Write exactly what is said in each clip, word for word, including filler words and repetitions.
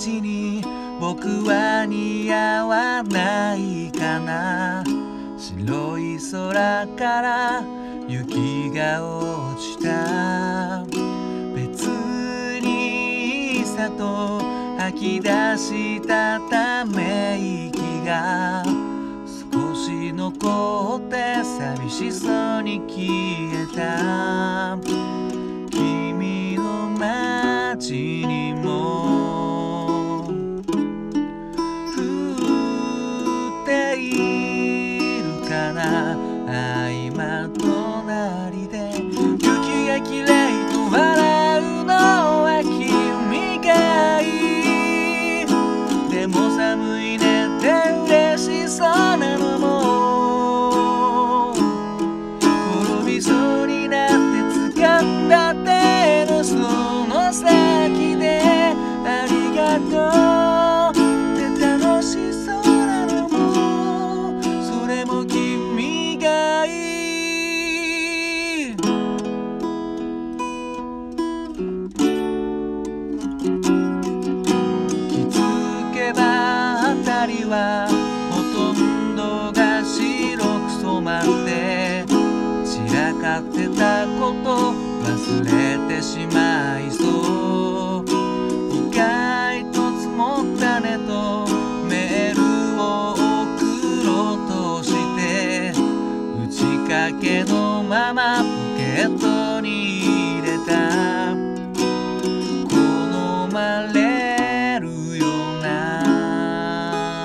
街に僕は似合わないかな。白い空から雪が落ちた。別にさと吐き出したため息が少し残って寂しそうに消えた。君の街にも降っているかな。あ今隣で雪がきれいと笑うのは君がいい。でも寒いねって嬉しそうなのも転びそうになって掴んだ手のその先でありがとうって楽しそうなのもそれも君がいい。気づけば辺りはほとんどが白く染まって散らかってたこと忘れてしまいそう。意外と積もったねとメールを送ろうとして打ち掛けのままポケットに入れた。好まれるような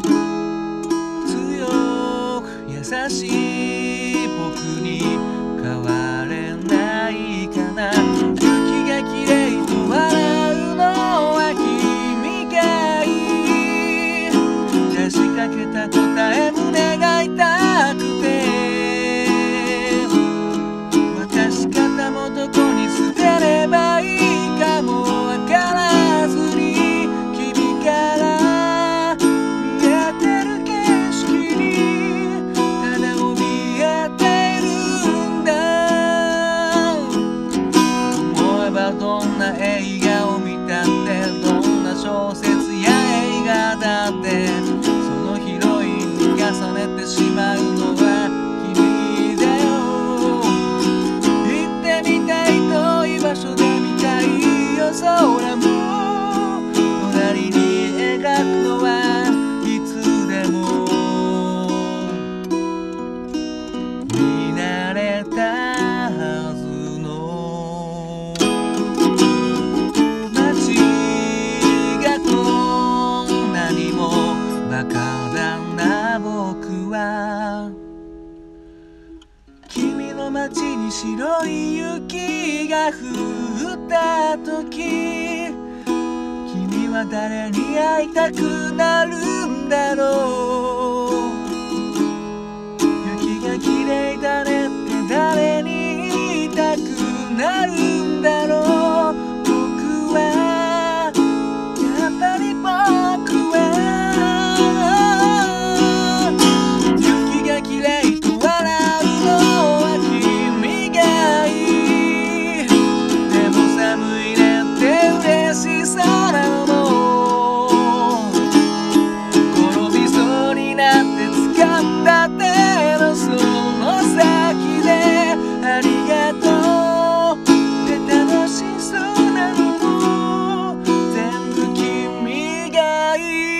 強く優しい僕に変われないかな。雪がきれいと笑うのは君がいい。出しかけた答え胸が痛くて渡し方もどこに捨てればいいかもわからずに君から見えてる景色にただ怯えてるんだ。思えばどんな映画を見たってどんな小説や映画だってそのヒロインに重ねてしまうのは君だよ。行ってみたい遠い場所で見たい夜空も隣に描くのはいつでも見慣れたはずの街がこんなにもバカだな僕は。君の街に白い雪が降った時君は誰に会いたくなるんだろう。雪がきれいだねって誰に言いたくなるんだろう。僕はやっぱり僕は雪がきれいと笑うのは君がいい。でも寒いねって嬉しそうなのも転びそうになって掴んだ手のその先でありがとうって楽しそうなのも全部君がいい。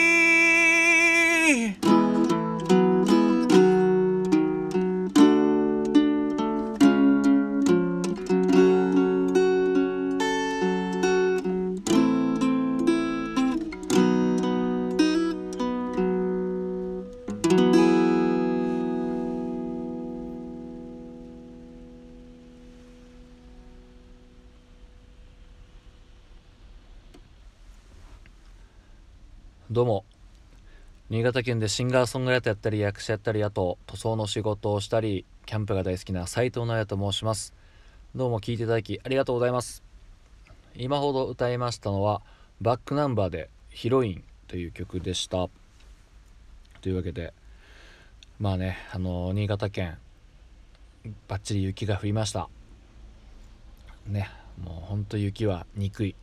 どうも、新潟県でシンガーソングライターやったり役者やったり、あと塗装の仕事をしたりキャンプが大好きな斉藤直也と申します。どうも聞いていただきありがとうございます。今ほど歌いましたのはバックナンバーでヒロインという曲でした。というわけでまあね、あの新潟県バッチリ雪が降りましたね。もうほんと雪は憎い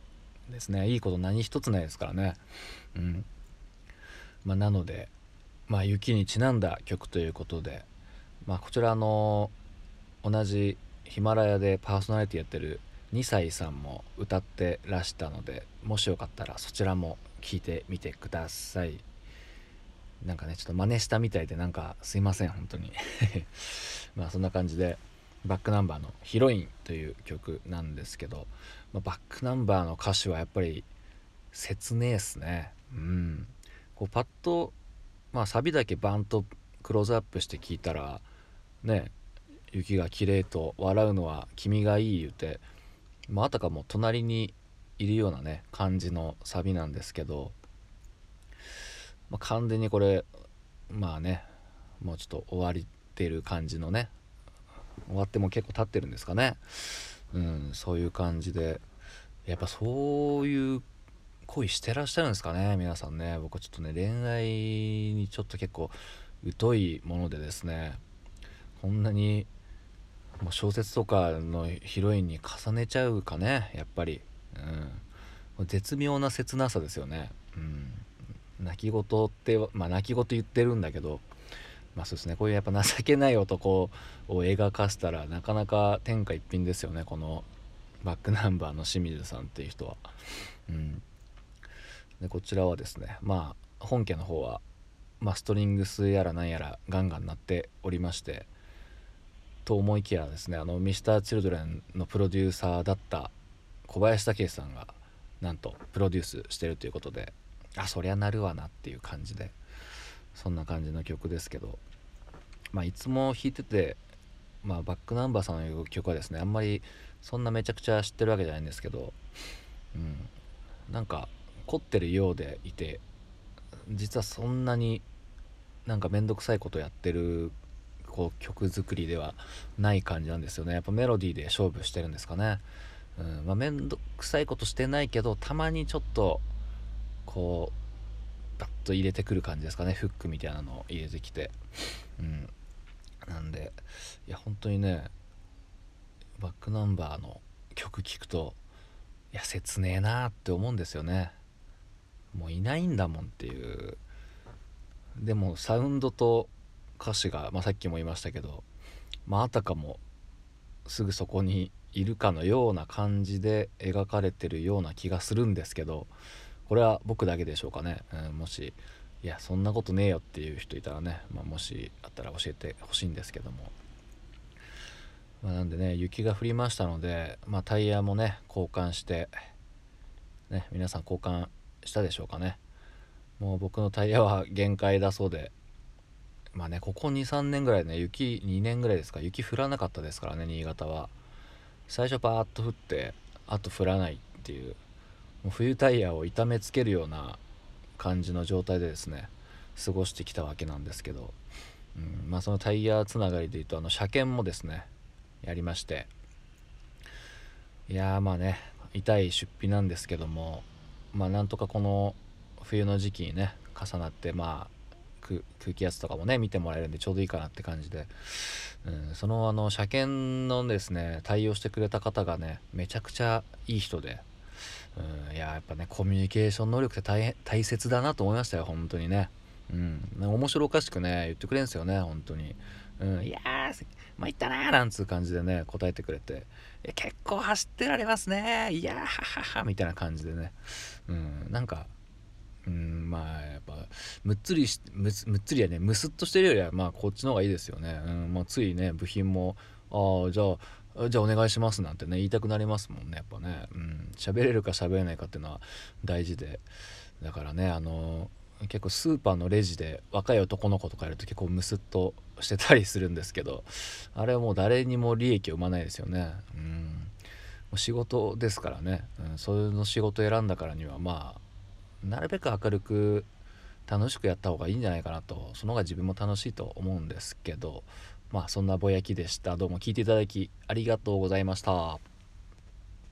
ですね。いいこと何一つないですからね。うんまあ、なので、まあ、雪にちなんだ曲ということで、まあ、こちらあの同じヒマラヤでパーソナリティやってるにさいさんも歌ってらしたので、もしよかったらそちらも聴いてみてください。なんかねちょっと真似したみたいでなんかすいません本当にまあそんな感じで、バックナンバーのヒロインという曲なんですけど、まあ、バックナンバーの歌詞はやっぱり切ねえっすね。うんこうパッと、まあ、サビだけバンとクローズアップして聞いたらね、雪が綺麗と笑うのは君がいい言うて、まあ、あたかも隣にいるようなね感じのサビなんですけど、まあ、完全にこれまあねもうちょっと終わってる感じのね、終わっても結構経ってるんですかね。うんそういう感じで、やっぱそういう恋してらっしゃるんですかね皆さんね。僕ちょっとね恋愛にちょっと結構疎いものでですね、こんなにもう小説とかのヒロインに重ねちゃうかねやっぱり。うん絶妙な切なさですよね。うん泣き言ってまあ泣き言言ってるんだけど、まあそうですね、こういうやっぱ情けない男を描かせたらなかなか天下一品ですよね、このバックナンバーの清水さんっていう人は。うんでこちらはですね、まあ本家の方は、まあ、ストリングスやらなんやらガンガン鳴っておりまして、と思いきやですね、あの ミスターチルドレンのプロデューサーだった小林武史さんがなんとプロデュースしてるということで、あそりゃなるわなっていう感じで、そんな感じの曲ですけど、まあいつも弾いてて、まあバックナンバーさんの曲はですねあんまりそんなめちゃくちゃ知ってるわけじゃないんですけど、うんなんか凝ってるようでいて、実はそんなになんかめんどくさいことやってるこう曲作りではない感じなんですよね。やっぱメロディーで勝負してるんですかね。うんまあ、めんどくさいことしてないけど、たまにちょっとこうバッと入れてくる感じですかね。フックみたいなのを入れてきて、うんなんでいや本当にねバックナンバーの曲聴くと、いや切ねえなって思うんですよね。もういないんだもんっていう。でもサウンドと歌詞が、まあ、さっきも言いましたけど、まあ、あたかもすぐそこにいるかのような感じで描かれてるような気がするんですけど、これは僕だけでしょうかね。うん、もしいやそんなことねえよっていう人いたらね、まあ、もしあったら教えてほしいんですけども、まあ、なんでね雪が降りましたので、まあ、タイヤもね交換してね、皆さん交換したでしょうかね。もう僕のタイヤは限界だそうで、まあねここ にさんねんぐらいね雪にねんぐらいですか、雪降らなかったですからね新潟は。最初バーッと降ってあと降らないっていう、もう冬タイヤを痛めつけるような感じの状態でですね過ごしてきたわけなんですけど、うん、まあそのタイヤつながりでいうと、あの車検もですねやりまして、いやーまあね痛い出費なんですけども、まあなんとかこの冬の時期にね重なって、まあ空気圧とかもね見てもらえるんでちょうどいいかなって感じで、うん、そのあの車検のですね対応してくれた方がねめちゃくちゃいい人で、うん、いややっぱねコミュニケーション能力って大変大切だなと思いましたよ本当にね。うん、面白おかしくね言ってくれんすよね本当に。うん、いやー参ったなーなんつう感じでね答えてくれて、結構走ってられますねいやーはははみたいな感じでね、うん、なんかうんまあやっぱむっつりしむむっつりやねむすっとしてるよりはまあこっちの方がいいですよね。うんまあ、ついね部品もああじゃあじゃあお願いしますなんてね言いたくなりますもんねやっぱね。うん喋れるか喋れないかっていうのは大事で、だからねあの結構スーパーのレジで若い男の子とかいると結構ムスッとしてたりするんですけど、あれはもう誰にも利益を生まないですよね。うんもう仕事ですからね、うん、そういうの仕事選んだからにはまあなるべく明るく楽しくやった方がいいんじゃないかなと、その方が自分も楽しいと思うんですけど、まあそんなぼやきでした。どうも聞いていただきありがとうございました。